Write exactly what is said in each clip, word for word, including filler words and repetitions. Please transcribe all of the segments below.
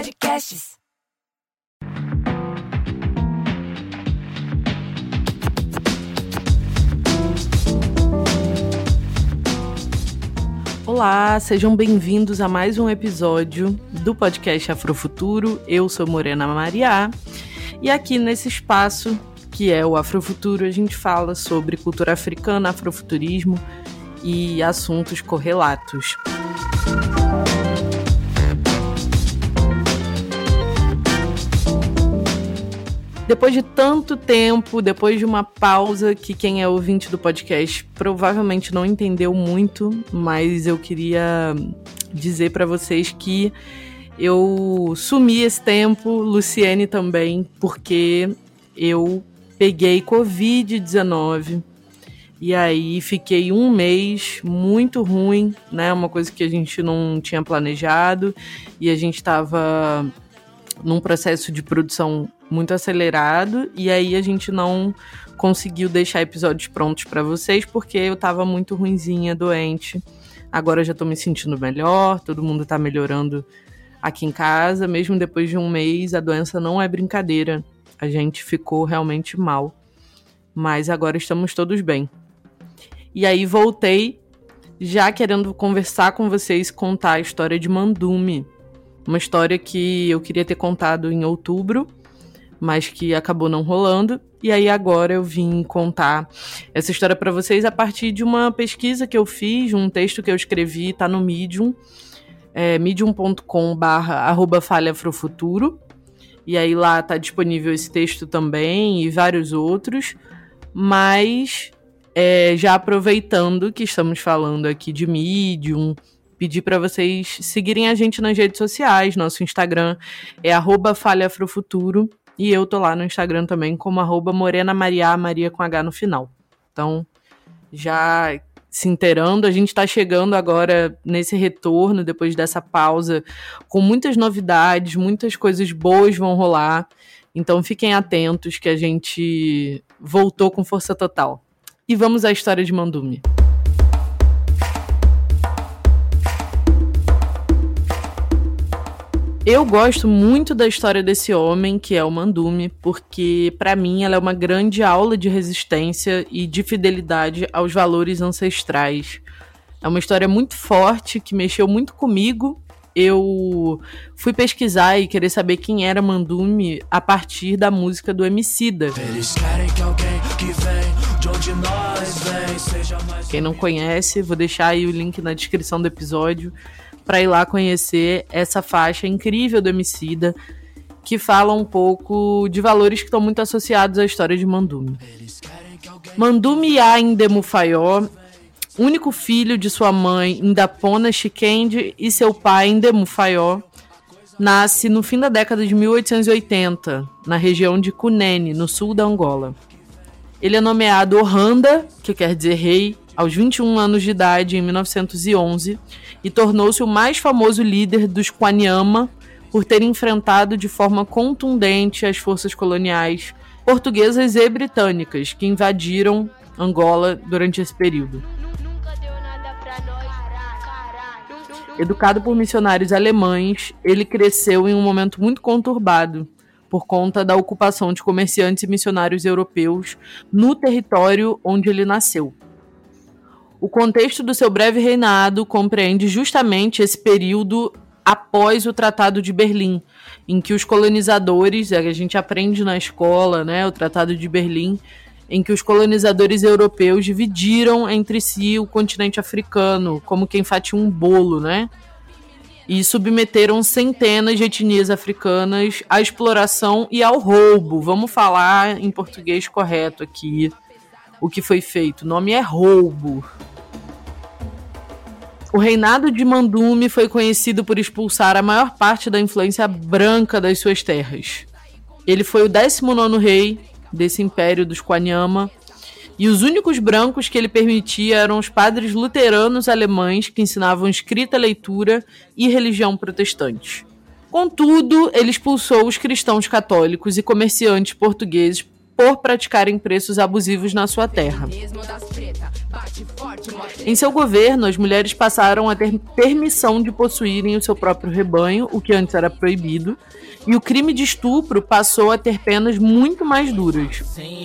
Podcasts. Olá, sejam bem-vindos a mais um episódio do podcast Afrofuturo. Eu sou Morena Mariá e aqui nesse espaço, que é o Afrofuturo, a gente fala sobre cultura africana, afrofuturismo e assuntos correlatos. Depois de tanto tempo, depois de uma pausa que quem é ouvinte do podcast provavelmente não entendeu muito, mas eu queria dizer para vocês que eu sumi esse tempo, Luciene também, porque eu peguei covid dezenove e aí fiquei um mês muito ruim, né? Uma coisa que a gente não tinha planejado e a gente estava num processo de produção muito acelerado, e aí a gente não conseguiu deixar episódios prontos para vocês, porque eu tava muito ruinzinha, doente. Agora eu já tô me sentindo melhor, todo mundo tá melhorando aqui em casa, mesmo depois de um mês, a doença não é brincadeira, a gente ficou realmente mal, mas agora estamos todos bem. E aí voltei, já querendo conversar com vocês, contar a história de Mandume, uma história que eu queria ter contado em outubro, mas que acabou não rolando. E aí agora eu vim contar essa história para vocês a partir de uma pesquisa que eu fiz, um texto que eu escrevi, tá no Medium, é, medium ponto com barra arroba falha afrofuturo. E aí lá tá disponível esse texto também e vários outros. Mas é, já aproveitando que estamos falando aqui de Medium, pedir para vocês seguirem a gente nas redes sociais. Nosso Instagram é arroba falha afrofuturo. E eu tô lá no Instagram também como arroba Morena Mariá, Maria com H no final. Então, já se inteirando, a gente tá chegando agora nesse retorno, depois dessa pausa, com muitas novidades, muitas coisas boas vão rolar. Então, fiquem atentos que a gente voltou com força total. E vamos à história de Mandume. Eu gosto muito da história desse homem, que é o Mandume, porque, para mim, ela é uma grande aula de resistência e de fidelidade aos valores ancestrais. É uma história muito forte, que mexeu muito comigo. Eu fui pesquisar e querer saber quem era Mandume a partir da música do Emicida. Quem não conhece, vou deixar aí o link na descrição do episódio para ir lá conhecer essa faixa incrível do Emicida, que fala um pouco de valores que estão muito associados à história de Mandume. Mandume Ya Ndemu-Fayó, único filho de sua mãe Ndapona Chikende e seu pai Ndemu-Fayó, nasce no fim da década de mil oitocentos e oitenta, na região de Cunene, no sul da Angola. Ele é nomeado Ohanda, que quer dizer rei, aos vinte e um anos de idade, em mil novecentos e onze, e tornou-se o mais famoso líder dos Kwanyama por ter enfrentado de forma contundente as forças coloniais portuguesas e britânicas que invadiram Angola durante esse período. Educado por missionários alemães, ele cresceu em um momento muito conturbado por conta da ocupação de comerciantes e missionários europeus no território onde ele nasceu. O contexto do seu breve reinado compreende justamente esse período após o Tratado de Berlim, em que os colonizadores, a gente aprende na escola, né, o Tratado de Berlim, em que os colonizadores europeus dividiram entre si o continente africano, como quem fatia um bolo, né? E submeteram centenas de etnias africanas à exploração e ao roubo. Vamos falar em português correto aqui o que foi feito. O nome é roubo. O reinado de Mandume foi conhecido por expulsar a maior parte da influência branca das suas terras. Ele foi o décimo nono rei desse império dos Kwanyama, e os únicos brancos que ele permitia eram os padres luteranos alemães que ensinavam escrita, leitura e religião protestante. Contudo, ele expulsou os cristãos católicos e comerciantes portugueses por praticarem preços abusivos na sua terra. Em seu governo, as mulheres passaram a ter permissão de possuírem o seu próprio rebanho, o que antes era proibido, e o crime de estupro passou a ter penas muito mais duras.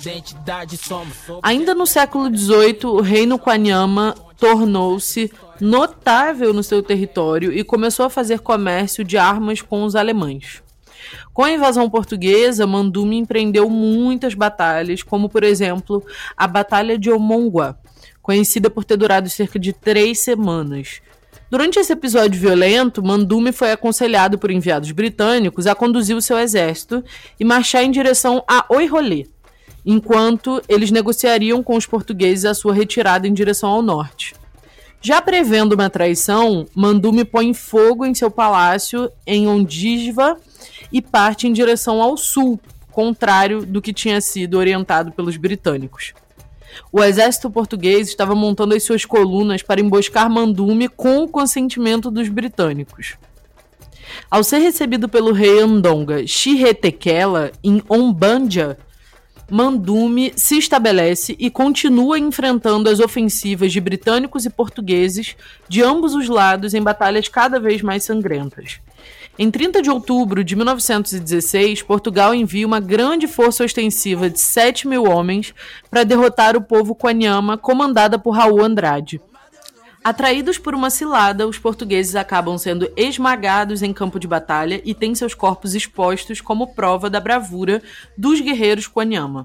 Ainda no século dezoito, o reino Kwanyama tornou-se notável no seu território e começou a fazer comércio de armas com os alemães. Com a invasão portuguesa, Mandume empreendeu muitas batalhas, como, por exemplo, a Batalha de Omongua, conhecida por ter durado cerca de três semanas. Durante esse episódio violento, Mandume foi aconselhado por enviados britânicos a conduzir o seu exército e marchar em direção a Oirolê, enquanto eles negociariam com os portugueses a sua retirada em direção ao norte. Já prevendo uma traição, Mandume põe fogo em seu palácio em Ondjiva e parte em direção ao sul, contrário do que tinha sido orientado pelos britânicos. O exército português estava montando as suas colunas para emboscar Mandume com o consentimento dos britânicos. Ao ser recebido pelo rei Ndonga Xiretekela em Ombandja, Mandume se estabelece e continua enfrentando as ofensivas de britânicos e portugueses de ambos os lados em batalhas cada vez mais sangrentas. Em trinta de outubro de mil novecentos e dezesseis, Portugal envia uma grande força ostensiva de sete mil homens para derrotar o povo Kwanyama, comandada por Raul Andrade. Atraídos por uma cilada, os portugueses acabam sendo esmagados em campo de batalha e têm seus corpos expostos como prova da bravura dos guerreiros Kwanyama.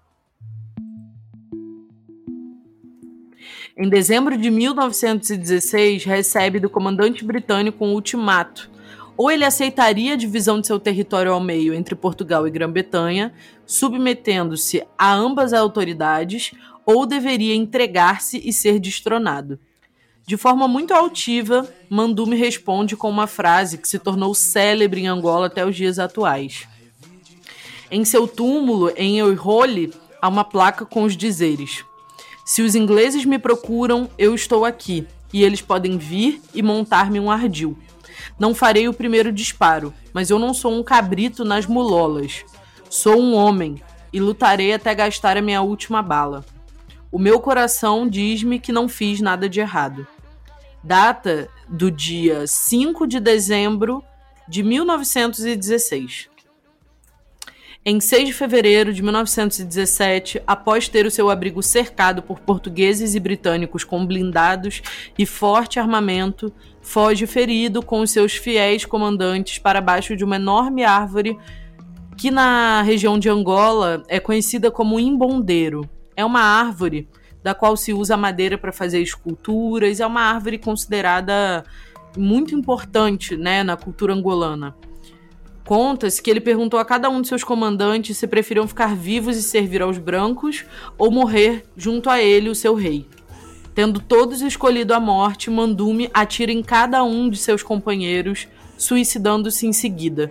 Em dezembro de mil novecentos e dezesseis, recebe do comandante britânico um ultimato. Ou ele aceitaria a divisão de seu território ao meio entre Portugal e Grã-Bretanha, submetendo-se a ambas as autoridades, ou deveria entregar-se e ser destronado. De forma muito altiva, Mandume responde com uma frase que se tornou célebre em Angola até os dias atuais. Em seu túmulo, em Oirolê, há uma placa com os dizeres: "Se os ingleses me procuram, eu estou aqui, e eles podem vir e montar-me um ardil. Não farei o primeiro disparo, mas eu não sou um cabrito nas mulolas. Sou um homem, e lutarei até gastar a minha última bala. O meu coração diz-me que não fiz nada de errado." Data do dia cinco de dezembro de mil novecentos e dezesseis. Em seis de fevereiro de mil novecentos e dezessete, após ter o seu abrigo cercado por portugueses e britânicos com blindados e forte armamento, foge ferido com os seus fiéis comandantes para baixo de uma enorme árvore que na região de Angola é conhecida como imbondeiro. É uma árvore da qual se usa a madeira para fazer esculturas, é uma árvore considerada muito importante, né, na cultura angolana. Conta-se que ele perguntou a cada um de seus comandantes se preferiam ficar vivos e servir aos brancos ou morrer junto a ele, o seu rei. Tendo todos escolhido a morte, Mandume atira em cada um de seus companheiros, suicidando-se em seguida.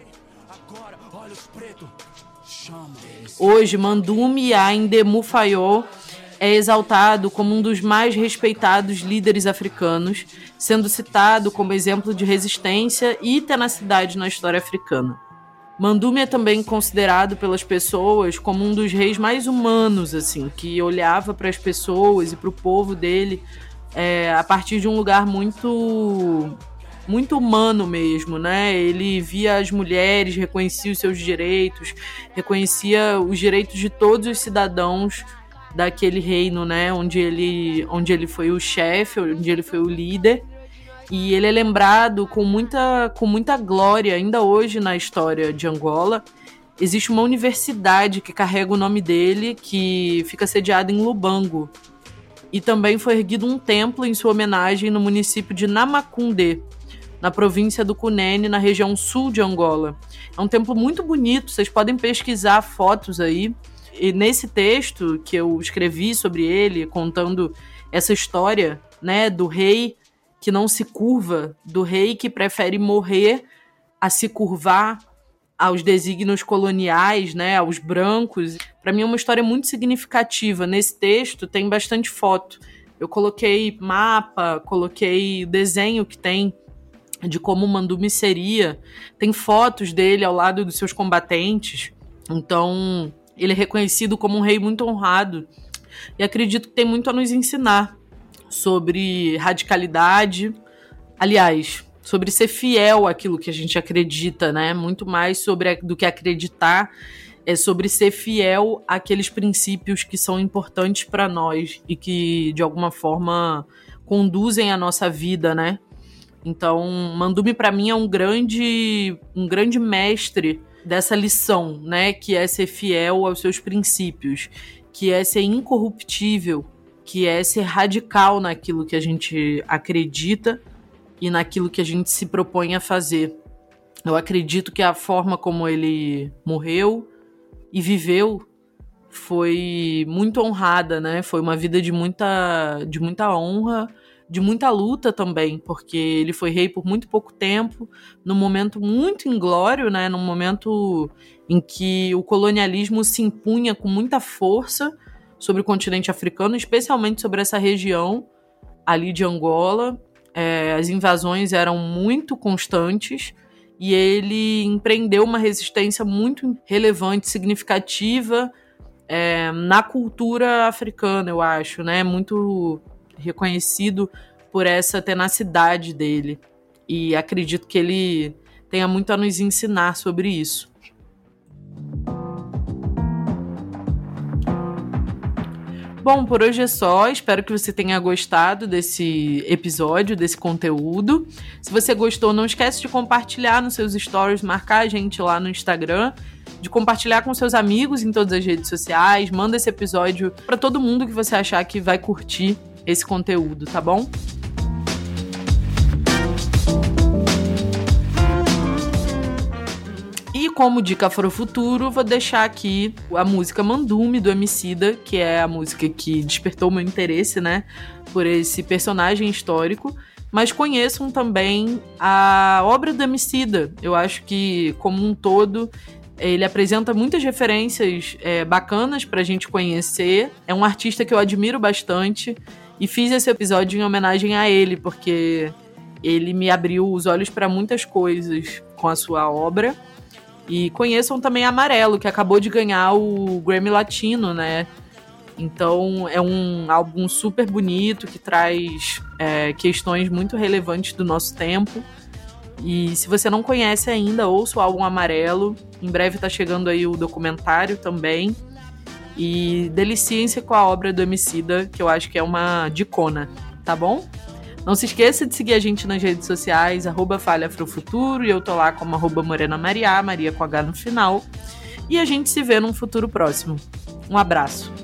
Hoje, Mandume Yainde Mufayô é exaltado como um dos mais respeitados líderes africanos, sendo citado como exemplo de resistência e tenacidade na história africana. Mandume é também considerado pelas pessoas como um dos reis mais humanos, assim, que olhava para as pessoas e para o povo dele é, a partir de um lugar muito, muito humano mesmo, né? Ele via as mulheres, reconhecia os seus direitos, reconhecia os direitos de todos os cidadãos daquele reino, né, onde ele, onde ele foi o chefe, onde ele foi o líder, e ele é lembrado com muita, com muita glória ainda hoje na história de Angola. Existe uma universidade que carrega o nome dele, que fica sediada em Lubango, e também foi erguido um templo em sua homenagem no município de Namacundê, na província do Cunene, na região sul de Angola. É um templo muito bonito, vocês podem pesquisar fotos aí. E nesse texto que eu escrevi sobre ele, contando essa história, né, do rei que não se curva, do rei que prefere morrer a se curvar aos desígnios coloniais, né, aos brancos, para mim é uma história muito significativa. Nesse texto tem bastante foto. Eu coloquei mapa, coloquei desenho que tem de como o Mandume seria. Tem fotos dele ao lado dos seus combatentes. Então, ele é reconhecido como um rei muito honrado. e acredito que tem muito a nos ensinar sobre radicalidade, aliás, sobre ser fiel àquilo que a gente acredita, né? Muito mais sobre do que acreditar, é sobre ser fiel àqueles princípios que são importantes para nós e que, de alguma forma, conduzem a nossa vida, né? Então, Mandume, para mim, é um grande, um grande mestre dessa lição, né? Que é ser fiel aos seus princípios, que é ser incorruptível, que é ser radical naquilo que a gente acredita e naquilo que a gente se propõe a fazer. Eu acredito que a forma como ele morreu e viveu foi muito honrada, né? Foi uma vida de muita, de muita honra, de muita luta também, porque ele foi rei por muito pouco tempo, num momento muito inglório, né? Num momento em que o colonialismo se impunha com muita força sobre o continente africano, especialmente sobre essa região ali de Angola. É, as invasões eram muito constantes e ele empreendeu uma resistência muito relevante, significativa é, na cultura africana, eu acho, né? Muito reconhecido por essa tenacidade dele. E acredito que ele tenha muito a nos ensinar sobre isso. Bom, por hoje é só. Espero que você tenha gostado desse episódio, desse conteúdo. Se você gostou, não esquece de compartilhar nos seus stories, marcar a gente lá no Instagram, de compartilhar com seus amigos em todas as redes sociais. Manda esse episódio para todo mundo que você achar que vai curtir esse conteúdo, tá bom? E como dica para o futuro, vou deixar aqui a música Mandume, do Emicida, que é a música que despertou meu interesse, né, por esse personagem histórico. Mas conheçam também a obra do Emicida. Eu acho que, como um todo, ele apresenta muitas referências é, bacanas pra gente conhecer. É um artista que eu admiro bastante e fiz esse episódio em homenagem a ele, porque ele me abriu os olhos para muitas coisas com a sua obra. E conheçam também Amarelo, que acabou de ganhar o Grammy Latino, né? Então é um álbum super bonito, que traz é, questões muito relevantes do nosso tempo. E se você não conhece ainda, ouça o álbum Amarelo. Em breve tá chegando aí o documentário também. E deliciem-se com a obra do Emicida, que eu acho que é uma dicona, tá bom? Não se esqueça de seguir a gente nas redes sociais, arroba Falha Afrofuturo, e eu tô lá como arroba Morena Maria, Maria com H no final. E a gente se vê num futuro próximo. Um abraço.